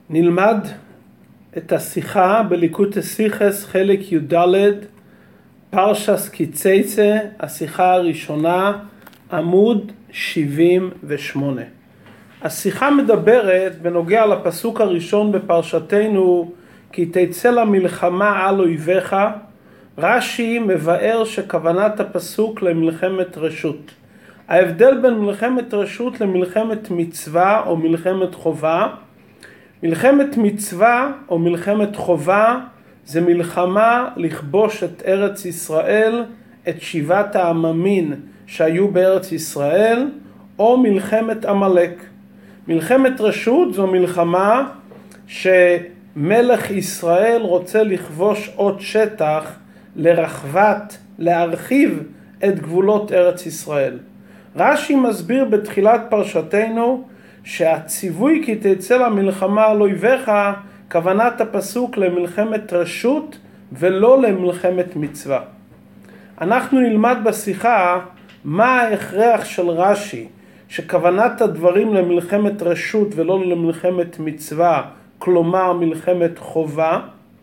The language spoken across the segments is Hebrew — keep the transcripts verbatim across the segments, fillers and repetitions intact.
נלמד את השיחה בליקוטי שיחס חלק י"ד, פרשס כי צייצא, השיחה הראשונה, עמוד שבעים ושמונה. השיחה מדברת בנוגע לפסוק הראשון בפרשתנו, כי תצא למלחמה על אויביך. רש"י מבאר שכוונת הפסוק למלחמת רשות. ההבדל בין מלחמת רשות למלחמת מצווה או מלחמת חובה, מלחמת מצווה או מלחמת חובה זה מלחמה לכבוש את ארץ ישראל, את שבעת העממין שהיו בארץ ישראל, או מלחמת עמלק. מלחמת רשות זו מלחמה שמלך ישראל רוצה לכבוש עוד שטח לרחבת, להרחיב את גבולות ארץ ישראל. רש"י מסביר בתחילת פרשתנו שהציווי כי תצא למלחמה על אויביך, כוונת הפסוק למלחמת רשות ולא למלחמת מצווה. אנחנו נלמד בשיחה מה ההכרח של רש"י, שכוונת הדברים למלחמת רשות ולא למלחמת מצווה, כלומר מלחמת חובה,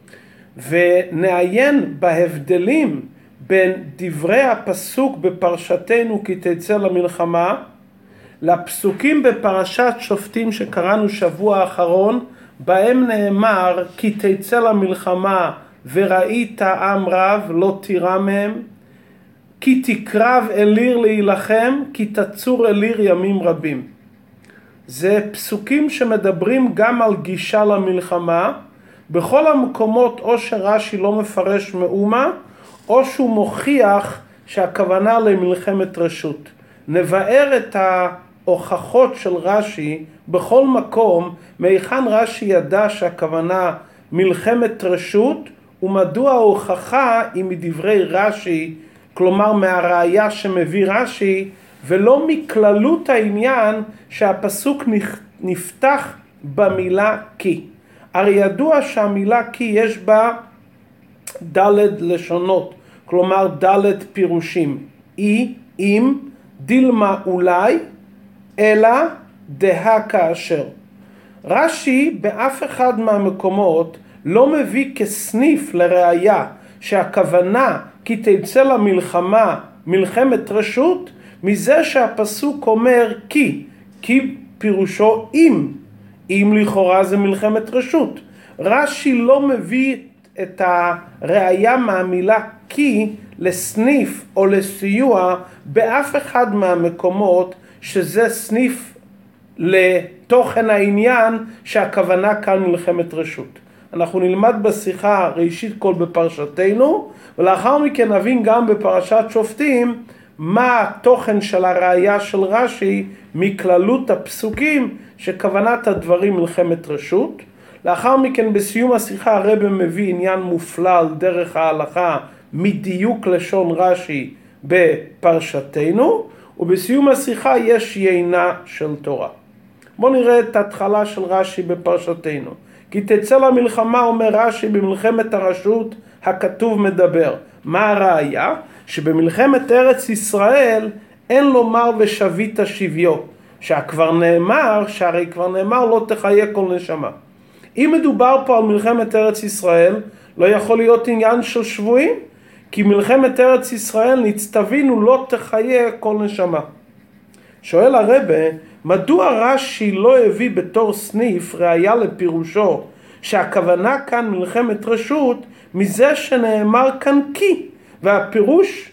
ונעיין בהבדלים בין דברי הפסוק בפרשתנו כי תצא למלחמה, לפסוקים בפרשת שופטים שקראנו שבוע האחרון, בהם נאמר כי תצא למלחמה וראית עם רב לא תירא מהם, כי תקרב אל עיר להילחם, כי תצור אל עיר ימים רבים. זה פסוקים שמדברים גם על גישה למלחמה. בכל המקומות או שרש"י לא מפרש מאומה, או שהוא מוכיח שהכוונה למלחמת רשות. נבאר את ההוכחות של רש"י בכל מקום, מהיכן רש"י ידע שהכוונה מלחמת רשות, ומדוע ההוכחה היא מדברי רש"י, כלומר מהראיה שמביא רש"י, ולא מכללות העניין שהפסוק נפתח במילה כי. הרי ידוע שהמילה כי יש בה דלת לשונות, כלומר דלת פירושים. אי, אם, דילמה אולי, אלא דה כאשר. רש"י באף אחד מהמקומות לא מביא כסניף לראיה שהכוונה כי תצא למלחמה מלחמת רשות, מזה שהפסוק אומר כי, כי פירושו אם, אם לכאורה זה מלחמת רשות. רש"י לא מביא את הראיה מהמילה כי לסניף או לסיוע באף אחד מהמקומות שזה סניף לתוכן העניין שהכוונה כאן מלחמת רשות. אנחנו נלמד בשיחה ראשית כל בפרשתנו, ולאחר מכן נבין גם בפרשת שופטים מה התוכן של הראיה של רש"י מכללות הפסוקים שכוונת הדברים מלחמת רשות. לאחר מכן בסיום השיחה הרב מביא עניין מופלא על דרך ההלכה מדיוק לשון רש"י בפרשתנו, ובסיום השיחה יש יינה של תורה. בואו נראה את ההתחלה של רש"י בפרשתנו. כי תצא למלחמה, אומר רש"י, במלחמת הרשות הכתוב מדבר. מה הראיה? שבמלחמת ארץ ישראל אין לומר ושבית שביו, שכבר נאמר, שהרי כבר נאמר לא תחיה כל נשמה. אם מדובר פה על מלחמת ארץ ישראל, לא יכול להיות עניין של שבויים, כי מלחמת ארץ ישראל נצטווינו לא תחיה כל נשמה. שואל הרבה, מדוע רש"י לא הביא בתור סניף ראיה לפירושו שהכוונה כאן מלחמת רשות מזה שנאמר כאן כי, והפירוש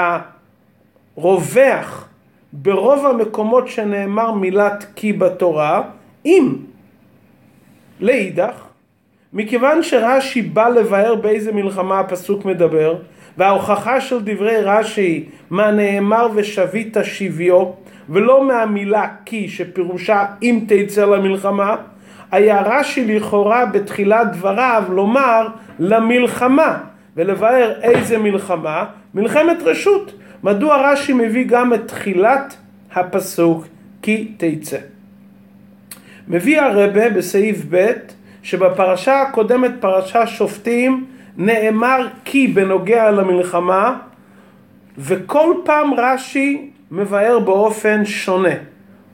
הרווח ברוב המקומות שנאמר מילת כי בתורה אם. לאידך, מכיוון שרש"י בא לבאר באיזה מלחמה הפסוק מדבר, וההוכחה של דברי רש"י מה נאמר ושבית שביו, ולא מהמילה כי שפירושה אם תצא למלחמה, היה רש"י לכאורה בתחילת דבריו לומר למלחמה, ולבאר איזה מלחמה? מלחמת רשות. מדוע רש"י מביא גם את תחילת הפסוק כי תצא? מביא הרבה בסעיף ב' שבפרשה הקודמת, פרשה שופטים, נאמר כי בנוגע למלחמה, וכל פעם רש"י מבאר באופן שונה.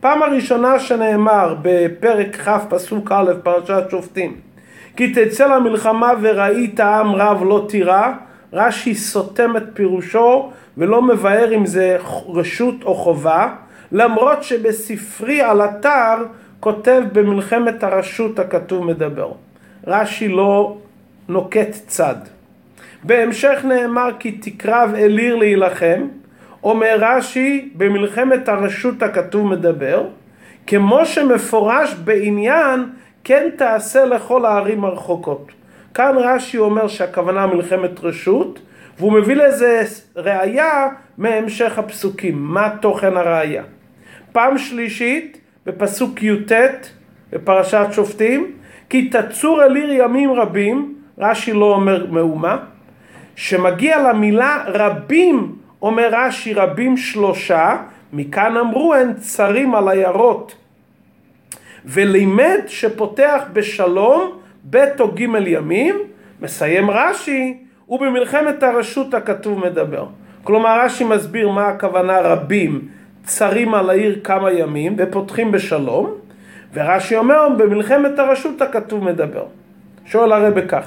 פעם הראשונה שנאמר בפרק כ' פסוק א' פרשת שופטים, כי תצא למלחמה וראית עם רב לא תירא, רש"י סותם את פירושו ולא מבאר אם זה רשות או חובה, למרות שבספרי על אתר כותב במלחמת הרשות הכתוב מדבר. רש"י לא נוקט צד. בהמשך נאמר כי תקרב אל עיר להילחם, אומר רש"י במלחמת הרשות הכתוב מדבר, כמו שמפורש בעניין כן תעשה לכל הערים הרחוקות. כאן רש"י אומר שהכוונה מלחמת רשות, והוא מביא לזה ראיה מהמשך הפסוקים. מה תוכן הראיה? פעם שלישית בפסוק י"ט בפרשת שופטים, כי תצור אל עיר ימים רבים, רש"י לא אומר מאומה, שמגיע למילה רבים, אומר רש"י רבים שלושה, מכאן אמרו הן צרים על עיירות, ולימד שפותח בשלום בית או ג' ימים, מסיים רש"י, ובמלחמת הרשות הכתוב מדבר. כלומר רש"י מסביר מה הכוונה רבים, צרים על העיר כמה ימים ופותחים בשלום, ורש"י אומר במלחמת הרשות הכתוב מדבר. שואל הרב בכך,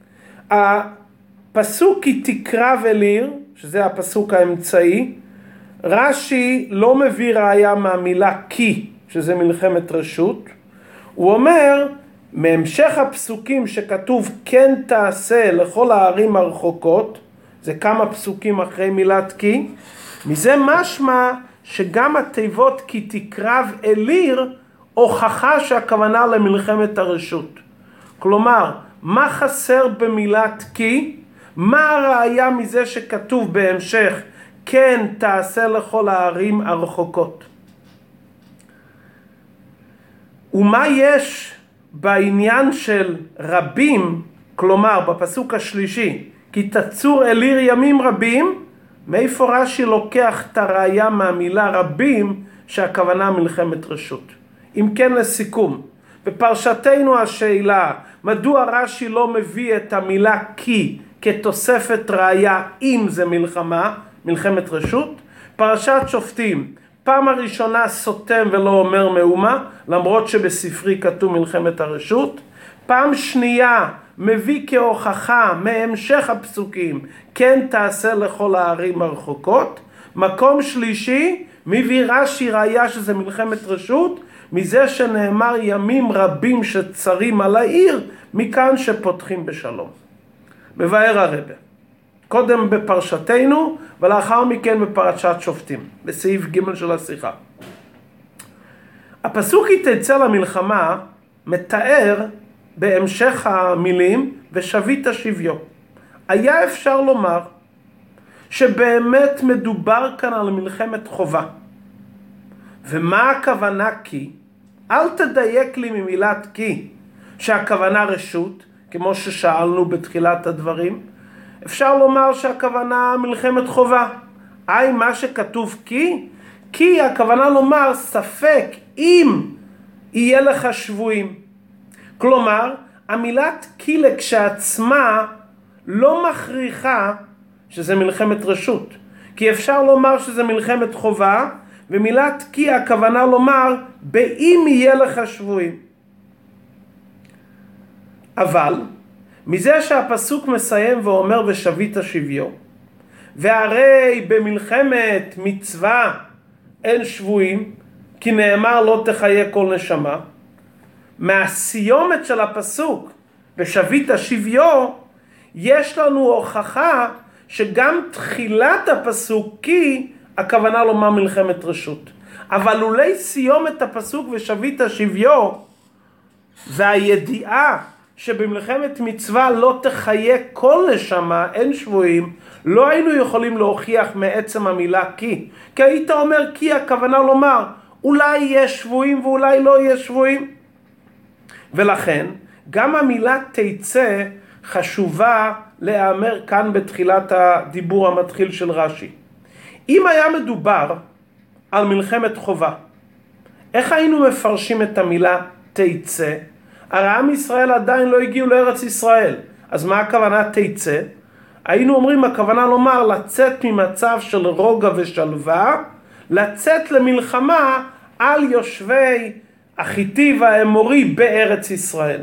הפסוק כי תקרב אל עיר, שזה הפסוק האמצעי, רש"י לא מביא ראיה מהמילה כי, שזה מלחמת רשות, הוא אומר מהמשך הפסוקים שכתוב כן תעשה לכל הערים הרחוקות, זה כמה פסוקים אחרי מילת כי, מזה משמע שגם התיבות כי תקרב אל עיר הוכחה שהכוונה למלחמת הרשות. כלומר, מה חסר במילת כי? מה הראיה מזה שכתוב בהמשך כן תעשה לכל הערים הרחוקות? ומה יש בעניין של רבים, כלומר בפסוק השלישי, כי תצור אל עיר ימים רבים, מאיפה רש"י לוקח את הראיה מהמילה רבים שהכוונה מלחמת רשות? אם כן לסיכום, בפרשתנו השאלה, מדוע רש"י לא מביא את המילה כי כתוספת ראיה אם זה מלחמה, מלחמת רשות? פרשת שופטים, פעם הראשונה סותם ולא אומר מאומה, למרות שבספרי כתוב מלחמת הרשות. פעם שנייה מביא כהוכחה מהמשך הפסוקים, כן תעשה לכל הערים הרחוקות. מקום שלישי, מביא רש"י ראיה שזה מלחמת רשות, מזה שנאמר ימים רבים שצרים על העיר, מכאן שפותחים בשלום. מבאר הרבה. קודם בפרשתנו ולאחר מכן בפרשת שופטים, בסעיף ג' של השיחה. הפסוק היא תצא למלחמה מתאר בהמשך המילים ושבית שביו. היה אפשר לומר שבאמת מדובר כאן על מלחמת חובה. ומה הכוונה כי? אל תדייק לי ממילת כי שהכוונה רשות, כמו ששאלנו בתחילת הדברים. אפשר לומר שהכוונה מלחמת חובה. היי, מה שכתוב כי? כי הכוונה לומר ספק אם יהיה לך שבויים. כלומר, המילת כי לכשעצמה לא מכריחה שזה מלחמת רשות. כי אפשר לומר שזה מלחמת חובה, ומילת כי הכוונה לומר באם יהיה לך שבויים. אבל מזה שהפסוק מסיים ואומר ושבית שביו, והרי במלחמת מצווה אין שבויים, כי נאמר לא תחיה כל נשמה, מהסיומת של הפסוק ושבית שביו יש לנו הוכחה שגם תחילת הפסוק כי הכוונה לומר מלחמת רשות. אבל אולי סיומת הפסוק ושבית שביו והידיעה שבמלחמת מצווה לא תחיה כל נשמה, אין שבויים, לא היינו יכולים להוכיח מעצם המילה כי. כי היית אומר כי הכוונה לומר אולי יש שבויים ואולי לא יש שבויים. ולכן גם המילה תצא חשובה להיאמר כאן בתחילת הדיבור המתחיל של רש"י. אם היה מדובר על מלחמת חובה, איך היינו מפרשים את המילה תצא? הרי עם ישראל עדיין לא הגיעו לארץ ישראל, אז מה הכוונה תצא? היינו אומרים הכוונה לומר לצאת ממצב של רוגע ושלווה, לצאת למלחמה על יושבי החיתי והאמורי בארץ ישראל.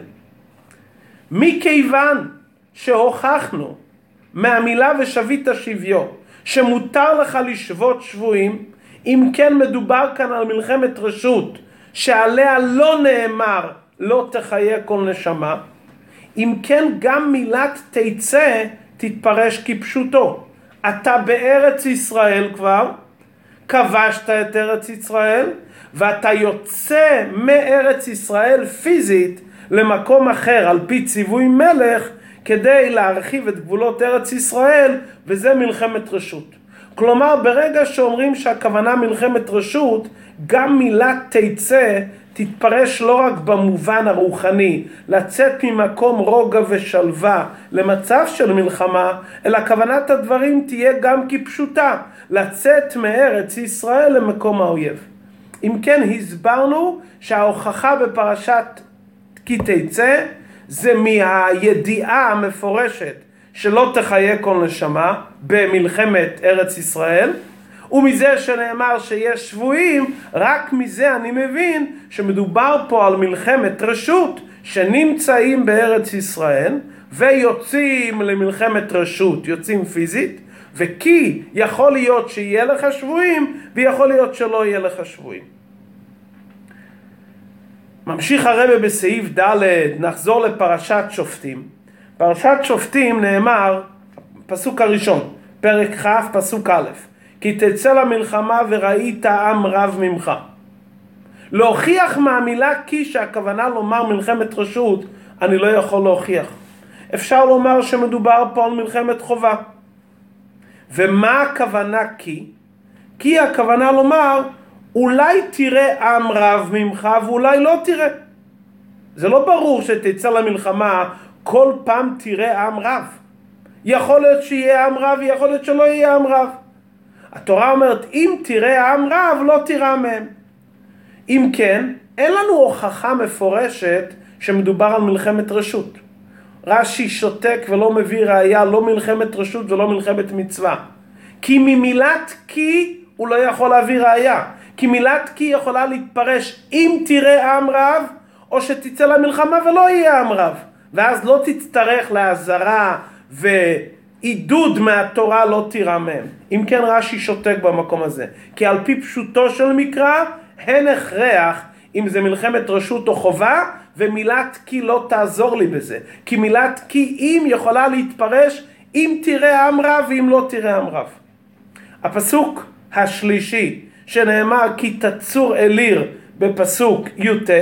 מכיוון שהוכחנו מהמילה ושבית שביו שמותר לך לשבות שבויים, אם כן מדובר כאן על מלחמת רשות שעליה לא נאמר לא תחיה כל נשמה, אם כן גם מילת תצא תתפרש כפשוטו. אתה בארץ ישראל כבר, כבשת את ארץ ישראל, ואתה יוצא מארץ ישראל פיזית למקום אחר על פי ציווי מלך כדי להרחיב את גבולות ארץ ישראל, וזה מלחמת רשות. כלומר, ברגע שאומרים שהכוונה מלחמת רשות, גם מילת תצא תתפרש לא רק במובן הרוחני, לצאת ממקום רוגע ושלווה למצב של מלחמה, אלא כוונת הדברים תהיה גם כפשוטה, לצאת מארץ ישראל למקום האויב. אם כן, הסברנו שההוכחה בפרשת כי תצא זה מהידיעה המפורשת שלא תחיה כל נשמה במלחמת ארץ ישראל, ומזה שנאמר שיש שבויים, רק מזה אני מבין שמדובר פה על מלחמת רשות שנמצאים בארץ ישראל ויוצאים למלחמת רשות, יוצאים פיזית, וכי יכול להיות שיהיה לך שבויים ויכול להיות שלא יהיה לך שבויים. ממשיך הרב בסעיף ד', נחזור לפרשת שופטים. פרשת שופטים נאמר, פסוק הראשון, פרק כ' פסוק א', כי תצא למלחמה וראית עם רב ממך. להוכיח מהמילה כי שהכוונה לומר מלחמת רשות, אני לא יכול להוכיח. אפשר לומר שמדובר פה על מלחמת חובה. ומה הכוונה כי? כי הכוונה לומר, אולי תראה עם רב ממך ואולי לא תראה. זה לא ברור שתצא למלחמה כל פעם תראה עם רב. יכול להיות שיהיה עם רב ויכול להיות שלא יהיה עם רב. התורה אומרת, אם תראה עם רב לא תראה מהם. אם כן, אין לנו הוכחה מפורשת שמדובר על מלחמת רשות. רש"י שותק ולא מביא ראיה, לא מלחמת רשות ולא מלחמת מצווה. כי ממילת כי הוא לא יכול להביא ראיה. כי מילת כי יכולה להתפרש אם תראה עם רב, או שתצא למלחמה ולא יהיה עם רב. ואז לא תצטרך להזרה ועידוד מהתורה לא תירא מהם. אם כן רש"י שותק במקום הזה. כי על פי פשוטו של מקרא, אין הכרח אם זה מלחמת רשות או חובה, ומילת כי לא תעזור לי בזה. כי מילת כי אם יכולה להתפרש אם תראה עם רב ואם לא תראה עם רב. הפסוק השלישי שנאמר כי תצור אל עיר בפסוק י"ט,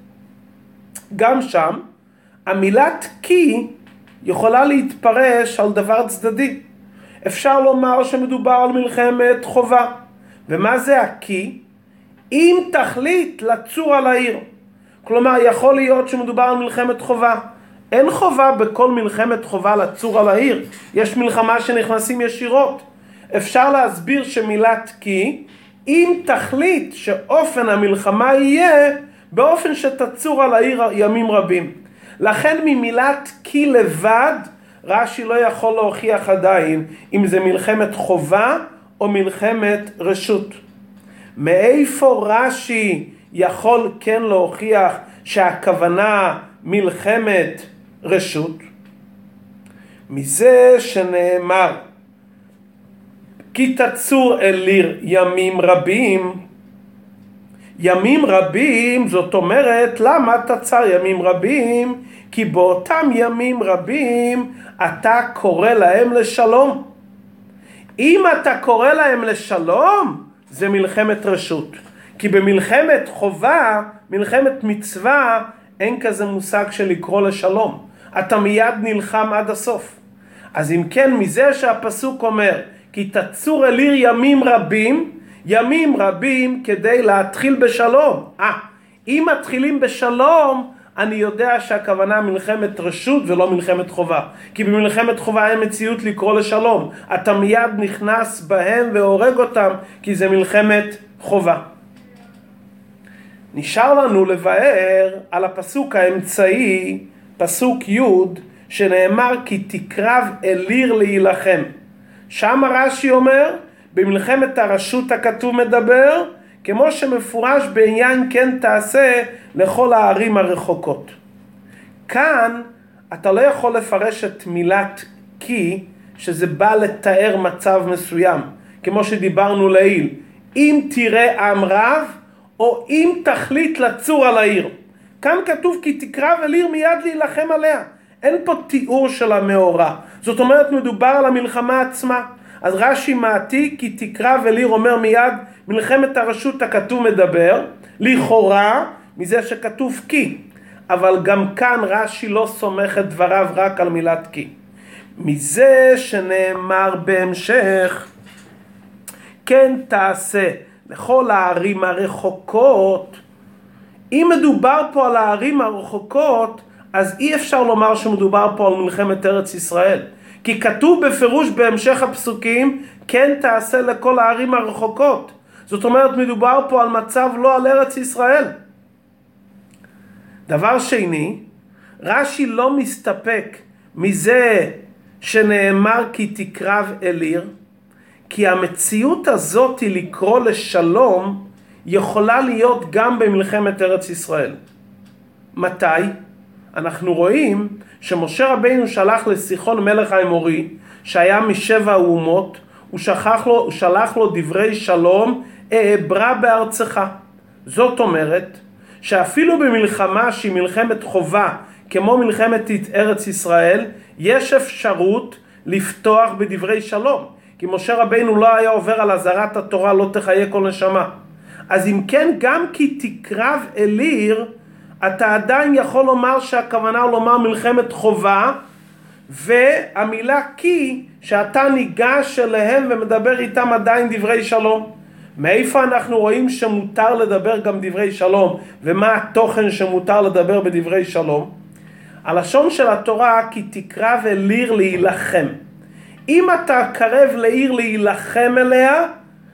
גם שם המילת כי יכולה להתפרש על דבר צדדי. אפשר לומר שמדובר על מלחמת חובה. ומה זה הכי? אם תחליט לצור על העיר. כלומר, יכול להיות שמדובר על מלחמת חובה. אין חובה בכל מלחמת חובה לצור על העיר. יש מלחמה שנכנסים ישירות. אפשר להסביר שמילת כי, אם תחליט שאופן המלחמה יהיה באופן שתצור על העיר ימים רבים. לכן ממילת כי לבד, רש"י לא יכול להוכיח עדיין אם זה מלחמת חובה או מלחמת רשות. מאיפה רש"י יכול כן להוכיח שהכוונה מלחמת רשות? מזה שנאמר כי תצור אל עיר ימים רבים. ימים רבים, זאת אומרת, למה תצר ימים רבים? כי באותם ימים רבים אתה קורא להם לשלום. אם אתה קורא להם לשלום, זה מלחמת רשות. כי במלחמת חובה, מלחמת מצווה, אין כזה מושג של לקרוא לשלום. אתה מיד נלחם עד הסוף. אז אם כן, מזה שהפסוק אומר, כי תצור אל עיר ימים רבים, ימים רבים כדי להתחיל בשלום. אה, אם מתחילים בשלום, אני יודע שהכוונה מלחמת רשות ולא מלחמת חובה. כי במלחמת חובה אין מציאות לקרוא לשלום. אתה מיד נכנס בהם והורג אותם, כי זה מלחמת חובה. נשאר לנו לבאר על הפסוק האמצעי, פסוק י', שנאמר כי תקרב אל עיר להילחם. שם רש"י אומר, במלחמת הרשות הכתוב מדבר, כמו שמפורש בעניין כן תעשה לכל הערים הרחוקות. כאן אתה לא יכול לפרש את מילת כי, שזה בא לתאר מצב מסוים, כמו שדיברנו לעיל, אם תראה עם רב, או אם תחליט לצור על העיר. כאן כתוב כי תקרב אל עיר מיד להילחם עליה. אין פה תיאור של המאורע. זאת אומרת מדובר על המלחמה עצמה. אז רש"י מעתיק כי תקרב אל עיר אומר מיד מלחמת הרשות הכתוב מדבר, לכאורה מזה שכתוב כי. אבל גם כאן רש"י לא סומך את דבריו רק על מילת כי. מזה שנאמר בהמשך, כן תעשה לכל הערים הרחוקות. אם מדובר פה על הערים הרחוקות, אז אי אפשר לומר שמדובר פה על מלחמת ארץ ישראל. כי כתוב בפירוש בהמשך הפסוקים, כן תעשה לכל הערים הרחוקות. זאת אומרת, מדובר פה על מצב לא על ארץ ישראל. דבר שני, רש"י לא מסתפק מזה שנאמר כי תקרב אל עיר, כי המציאות הזאת היא לקרוא לשלום יכולה להיות גם במלחמת ארץ ישראל. מתי? אנחנו רואים שמשה רבינו שלח לסיחון מלך האמורי, שהיה משבע האומות, הוא שלח לו, הוא שלח לו דברי שלום, אעברה בארצך. זאת אומרת, שאפילו במלחמה שהיא מלחמת חובה, כמו מלחמת ארץ ישראל, יש אפשרות לפתוח בדברי שלום. כי משה רבינו לא היה עובר על אזהרת התורה, לא תחיה כל נשמה. אז אם כן, גם כי תקרב אל עיר, אתה עדיין יכול לומר שהכוונה הוא לומר מלחמת חובה, והמילה כי, שאתה ניגש אליהם ומדבר איתם עדיין דברי שלום. מאיפה אנחנו רואים שמותר לדבר גם דברי שלום, ומה התוכן שמותר לדבר בדברי שלום? הלשון של התורה, כי תקרב אל עיר להילחם. אם אתה קרב לעיר להילחם אליה,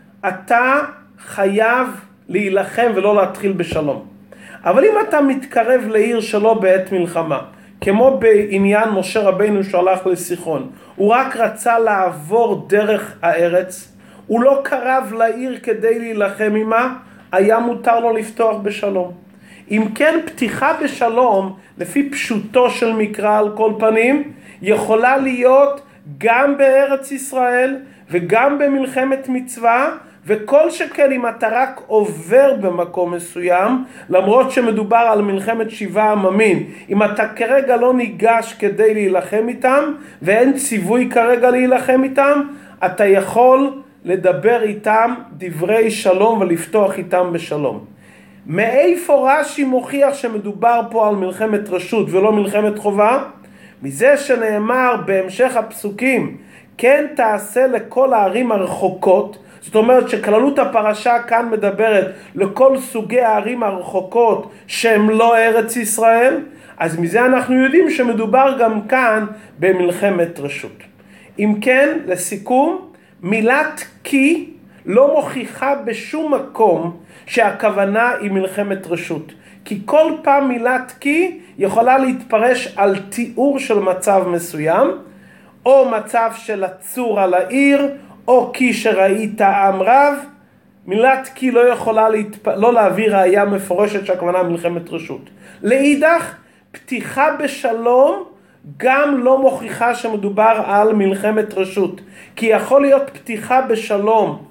אתה חייב להילחם ולא להתחיל בשלום. אבל אם אתה מתקרב לעיר שלא בעת מלחמה, כמו בעניין משה רבינו שהלך לסיחון, הוא רק רצה לעבור דרך הארץ, הוא לא קרב לעיר כדי להילחם עמה, היה מותר לו לפתוח בשלום. אם כן, פתיחה בשלום, לפי פשוטו של מקרא על כל פנים, יכולה להיות גם בארץ ישראל וגם במלחמת מצווה, וכל שכן אם אתה רק עובר במקום מסוים, למרות שמדובר על מלחמת שבעה עממים, אם אתה כרגע לא ניגש כדי להילחם איתם, ואין ציווי כרגע להילחם איתם, אתה יכול לדבר איתם דברי שלום ולפתוח איתם בשלום. מאיפה רש"י מוכיח שמדובר פה על מלחמת רשות ולא מלחמת חובה? מזה שנאמר בהמשך הפסוקים, כן תעשה לכל הערים הרחוקות, זאת אומרת שכללות הפרשה כאן מדברת לכל סוגי הערים הרחוקות שהם לא ארץ ישראל, אז מזה אנחנו יודעים שמדובר גם כאן במלחמת רשות. אם כן, לסיכום, מילת כי לא מוכיחה בשום מקום שהכוונה היא מלחמת רשות. כי כל פעם מילת כי יכולה להתפרש על תיאור של מצב מסוים, או מצב של הצור על העיר, או כי שראית עם רב. מילת כי לא יכולה להתפ... לא להביא ראיה מפורשת שהכוונה מלחמת רשות. לאידך, פתיחה בשלום גם לא מוכיחה שמדובר על מלחמת רשות. כי יכול להיות פתיחה בשלום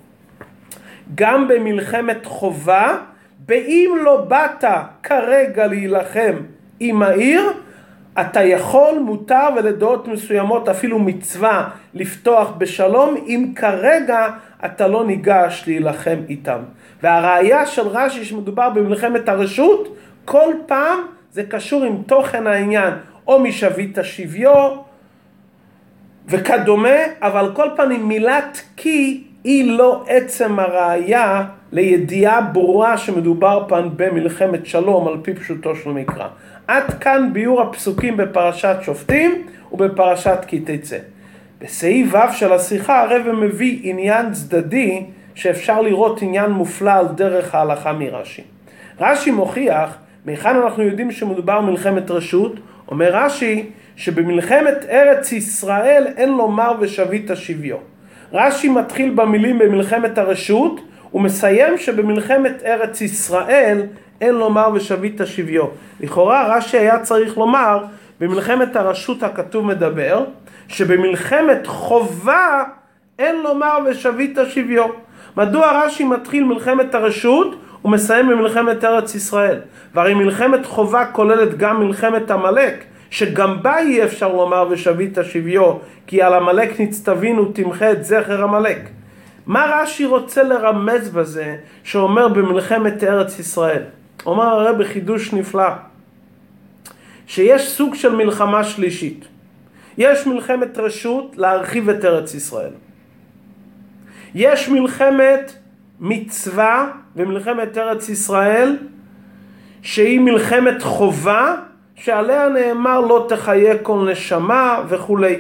גם במלחמת חובה, באם לא באת כרגע להילחם עם העיר, אתה יכול, מותר ולדעות מסוימות אפילו מצווה לפתוח בשלום, אם כרגע אתה לא ניגש להילחם איתם. והראיה של רש"י שמדובר במלחמת הרשות, כל פעם זה קשור עם תוכן העניין, או משבית השוויו וכדומה, אבל כל פעם עם מילת כי היא לא עצם הראיה לידיעה ברורה שמדובר פעם במלחמת שלום על פי פשוטו של מקרא. עד כאן ביור הפסוקים בפרשת שופטים ובפרשת כי תצא. בסעיף ו' של השיחה הרב מביא עניין צדדי שאפשר לראות עניין מופלא על דרך ההלכה מרש"י. רש"י מוכיח, מכאן אנחנו יודעים שמדובר מלחמת רשות, אומר רש"י שבמלחמת ארץ ישראל אין לומר ושבית השוויו. רש"י מתחיל במילים במלחמת הרשות, הוא מסיים שבמלחמת ארץ ישראל אין לומר ושבית שביו. לכאורה רש"י היה צריך לומר במלחמת הרשות הכתוב מדבר שבמלחמת חובה אין לומר ושבית שביו. מדוע רש"י מתחיל מלחמת הרשות ומסיים במלחמת ארץ ישראל? והרי מלחמת חובה כוללת גם מלחמת עמלק, שגם בה אי אפשר לומר ושבית שביו, כי על עמלק נצטווינו תמחה את זכר עמלק. מה רש"י רוצה לרמז בזה שאומר במלחמת ארץ ישראל? אומר הרי בחידוש נפלא שיש סוג של מלחמה שלישית. יש מלחמת רשות להרחיב את ארץ ישראל. יש מלחמת מצווה ומלחמת ארץ ישראל שהיא מלחמת חובה שעליה נאמר לא תחיה כל נשמה וכולי.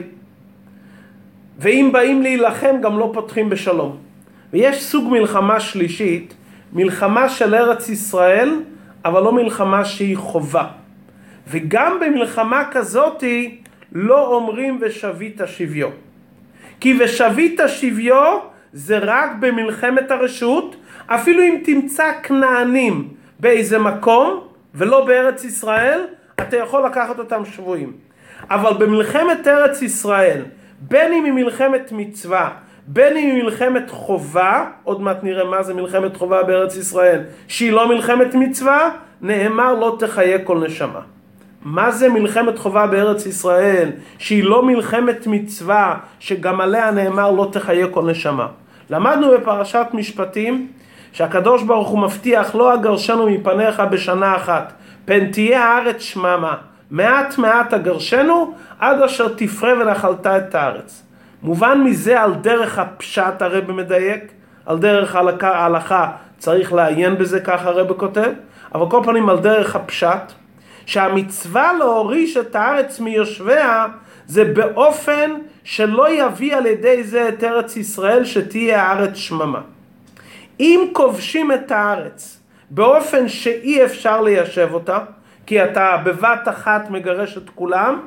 ואם באים להילחם גם לא פותחים בשלום. ויש סוג מלחמה שלישית, מלחמה של ארץ ישראל, אבל לא מלחמה שהיא חובה. וגם במלחמה כזאת לא אומרים ושבית שביו. כי ושבית שביו זה רק במלחמת הרשות, אפילו אם תמצא כנענים באיזה מקום ולא בארץ ישראל, אתה יכול לקחת אותם שבויים. אבל במלחמת ארץ ישראל, בין אם היא מלחמת מצווה, בין אם היא מלחמת חובה, עוד מעט נראה מה זה מלחמת חובה בארץ ישראל, שהיא לא מלחמת מצווה, נאמר לא תחיה כל נשמה. מה זה מלחמת חובה בארץ ישראל, שהיא לא מלחמת מצווה, שגם עליה נאמר לא תחיה כל נשמה? למדנו בפרשת משפטים, שהקדוש ברוך הוא מבטיח לא אגרשנו מפניך בשנה אחת, פן תהיה הארץ שממה, מעט מעט אגרשנו, עד אשר תפרה ונחלת את הארץ. מובן מזה על דרך הפשט הרב מדייק, על דרך ההלכה צריך לעיין בזה, כך הרב כותב, אבל כל פנים על דרך הפשט, שהמצווה להוריש את הארץ מיושביה, זה באופן שלא יביא על ידי זה את ארץ ישראל שתהיה הארץ שממה. אם כובשים את הארץ באופן שאי אפשר ליישב אותה, כי אתה בבת אחת מגרש את כולם,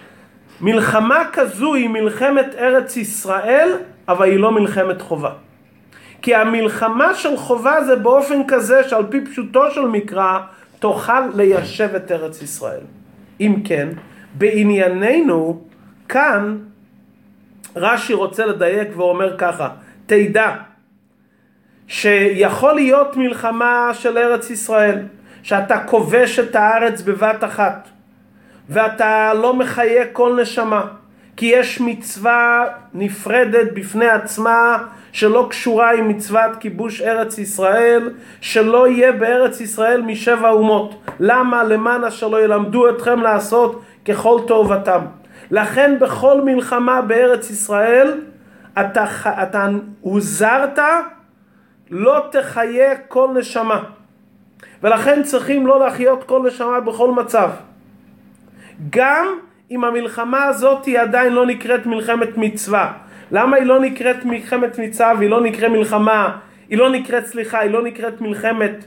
מלחמה כזו היא מלחמת ארץ ישראל, אבל היא לא מלחמת חובה. כי המלחמה של חובה זה באופן כזה שעל פי פשוטו של מקרא, תוכל ליישב את ארץ ישראל. אם כן, בענייננו, כאן רש"י רוצה לדייק ואומר ככה, תדע שיכול להיות מלחמה של ארץ ישראל, שאתה כובש את הארץ בבת אחת, ואתה לא מחיה כל נשמה, כי יש מצווה נפרדת בפני עצמה, שלא קשורה עם מצוות כיבוש ארץ ישראל, שלא יהיה בארץ ישראל משבע אומות. למה? למען אשר לא ילמדו אתכם לעשות ככל טובתם. לכן בכל מלחמה בארץ ישראל, אתה, אתה הוזרת, לא תחיה כל נשמה. ולכן צריכים לא להחיות כל נשמה בכל מצב. גם אם המלחמה הזאת היא עדיין לא נקראת מלחמת מצווה. למה היא לא נקראת מלחמת מצווה והיא לא נקראת מלחמה, היא לא נקראת, סליחה, היא לא נקראת מלחמת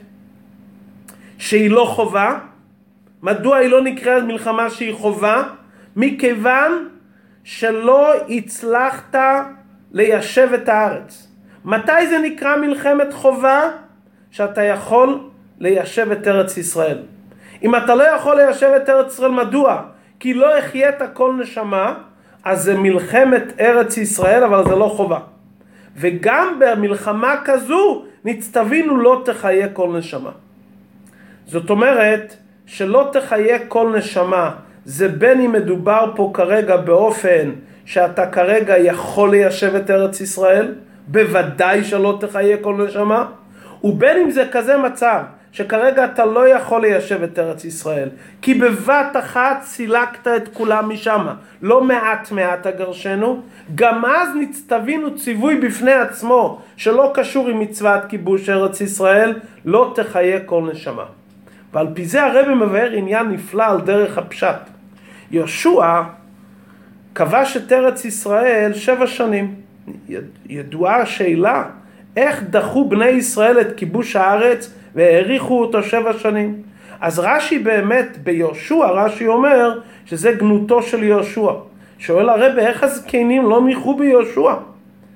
שהיא לא חובה? מדוע היא לא נקראת מלחמה שהיא חובה? מכיוון שלא הצלחת ליישב את הארץ. מתי זה נקרא מלחמת חובה? שאתה יכול ליישב את ארץ ישראל. אם אתה לא יכול ליישב את ארץ ישראל, מדוע? כי לא החיית כל נשמה, אז זה מלחמת ארץ ישראל, אבל זה לא חובה. וגם במלחמה כזו, נצטווינו לא תחיה כל נשמה. זאת אומרת, שלא תחיה כל נשמה, זה בין אם מדובר פה כרגע באופן, שאתה כרגע יכול ליישב את ארץ ישראל, בוודאי שלא תחיה כל נשמה, ובין אם זה כזה מצב, שכרגע אתה לא יכול ליישב את ארץ ישראל, כי בבת אחת סילקת את כולם משם, לא מעט מעט אגרשנו, גם אז נצטווינו ציווי בפני עצמו, שלא קשור עם מצוות כיבוש ארץ ישראל, לא תחיה כל נשמה. ועל פי זה הרב מבאר עניין נפלא על דרך הפשט. יהושע כבש את ארץ ישראל שבע שנים. ידועה השאלה, איך דחו בני ישראל את כיבוש הארץ והאריכו אותו שבע שנים? אז רש"י באמת ביהושע, רש"י אומר שזה גנותו של יהושע. שואל הרב, איך הזקנים לא מיחו ביהושע?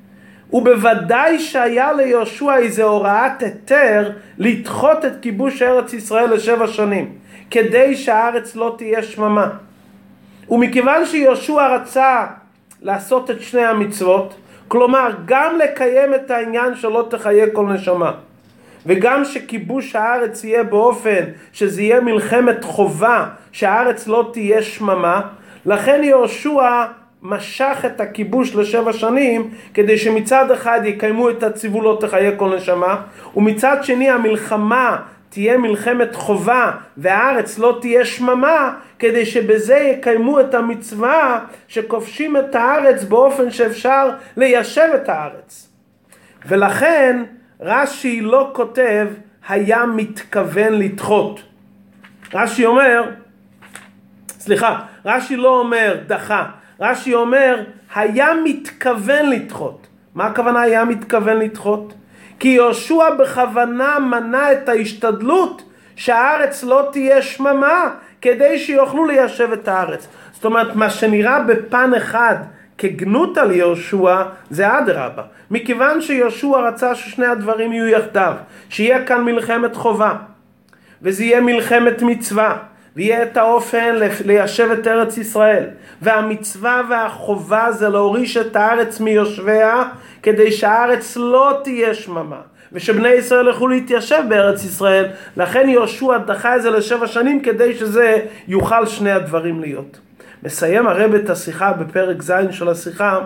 ובוודאי שהיה ליהושע איזה הוראת היתר לדחות את כיבוש ארץ ישראל לשבע שנים, כדי שהארץ לא תהיה שממה. ומכיוון שיהושע רצה לעשות את שני המצוות, כלומר גם לקיים את העניין שלא תחיה כל נשמה, וגם שכיבוש הארץ יהיה באופן שזה יהיה מלחמת חובה, שהארץ לא תהיה שממה, לכן יהושע משך את הכיבוש לשבע שנים, כדי שמצד אחד יקיימו את הציווי לא תחיה כל נשמה, ומצד שני המלחמה תהיה מלחמת חובה והארץ לא תהיה שממה, כדי שבזה יקיימו את המצווה שכובשים את הארץ באופן שאפשר ליישב את הארץ. ולכן רש"י לא כותב היה מתכוון לדחות. רש"י אומר, סליחה, רש"י לא אומר דחה, רש"י אומר היה מתכוון לדחות. מה הכוונה היה מתכוון לדחות? כי יהושע בכוונה מנע את ההשתדלות שהארץ לא תהיה שממה, כדי שיוכלו ליישב את הארץ. זאת אומרת, מה שנראה בפן אחד כגנות על יהושע זה אדרבה. מכיוון שיהושע רצה ששני הדברים יהיו יחדיו, שיהיה כאן מלחמת חובה וזה יהיה מלחמת מצווה, ויהיה את האופן ליישב את ארץ ישראל, והמצווה והחובה זה להוריש את הארץ מיושביה, כדי שהארץ לא תהיה שממה ושבני ישראל יוכלו להתיישב בארץ ישראל. לכן יהושע דחה את זה לשבע שנים, כדי שזה יוכל שני הדברים להיות. מסיים הרב את השיחה בפרק ז' של השיחה,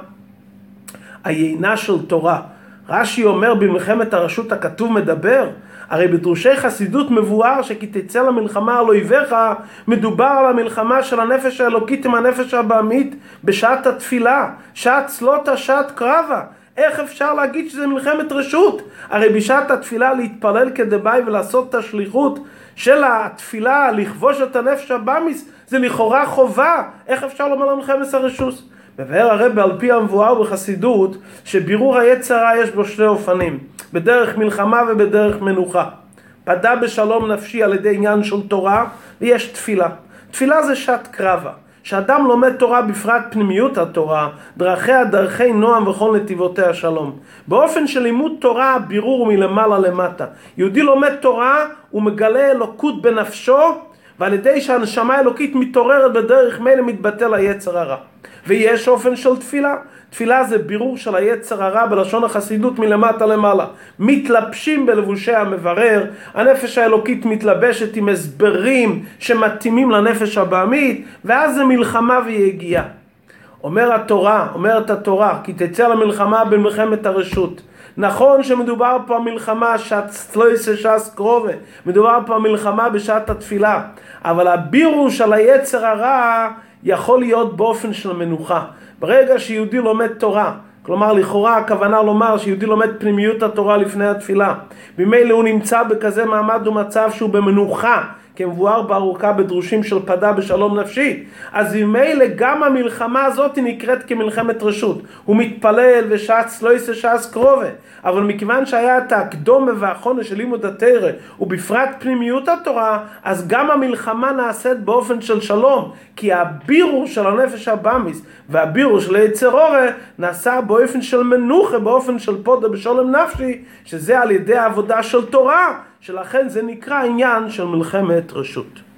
היינה של תורה. רש"י אומר במלחמת הרשות הכתוב מדבר, הרי בדרושי חסידות מבואר שכי תצא למלחמה על אויביך, מדובר על המלחמה של הנפש האלוקית עם הנפש הבהמית בשעת התפילה, שעת צלותה, שעת קרבה. איך אפשר להגיד שזה מלחמת רשות? הרי בשעת התפילה להתפלל כדבעי ולעשות את השליחות של התפילה, לכבוש את הנפש הבהמית, זה לכאורה חובה. איך אפשר לומר על מלחמת הרשות? מבאר הרב על פי המבואר בחסידות שבירור היצר הרע יש בו שני אופנים, בדרך מלחמה ובדרך מנוחה. פדה בשלום נפשי על ידי עניין של תורה, ויש תפילה. תפילה זה שעת קרבה. שאדם לומד תורה בפרט פנימיות התורה, דרכיה דרכי נועם וכל נתיבותיה שלום. באופן של לימוד תורה הבירור מלמעלה למטה. יהודי לומד תורה ומגלה אלוקות בנפשו, ועל ידי שהנשמה האלוקית מתעוררת בדרך מילא מתבטל היצר הרע. ויש אופן של תפילה. תפילה זה בירור של היצר הרע בלשון החסידות מלמטה למעלה. מתלבשים בלבושי המברר, הנפש האלוקית מתלבשת עם הסברים שמתאימים לנפש הבהמית, ואז זה מלחמה ויגיעה. אומר התורה, אומרת התורה, כי תצא למלחמה במלחמת הרשות. נכון שמדובר פה על מלחמה שעת סלויסה שעת קרובה, מדובר פה על מלחמה בשעת התפילה, אבל הבירור של היצר הרע יכול להיות באופן של מנוחה. ברגע שיהודי לומד תורה, כלומר לכאורה הכוונה לומר שיהודי לומד פנימיות התורה לפני התפילה, ממילא הוא נמצא בכזה מעמד ומצב שהוא במנוחה, כמבואר בארוכה בדרושים של פדה בשלום נפשי, אז ממילא גם המלחמה הזאת נקראת כמלחמת רשות. הוא מתפלל ושעץ לא יעשה שעץ קרובה, אבל מכיוון שהיה את הקדומה והחונה של לימוד התורה ובפרט פנימיות התורה, אז גם המלחמה נעשית באופן של שלום, כי הבירור של הנפש הבהמית והבירור של היצר הרע נעשה באופן של מנוחה, באופן של פודה בשלום נפשי, שזה על ידי העבודה של תורה, שלכן זה נקרא עניין של מלחמת רשות.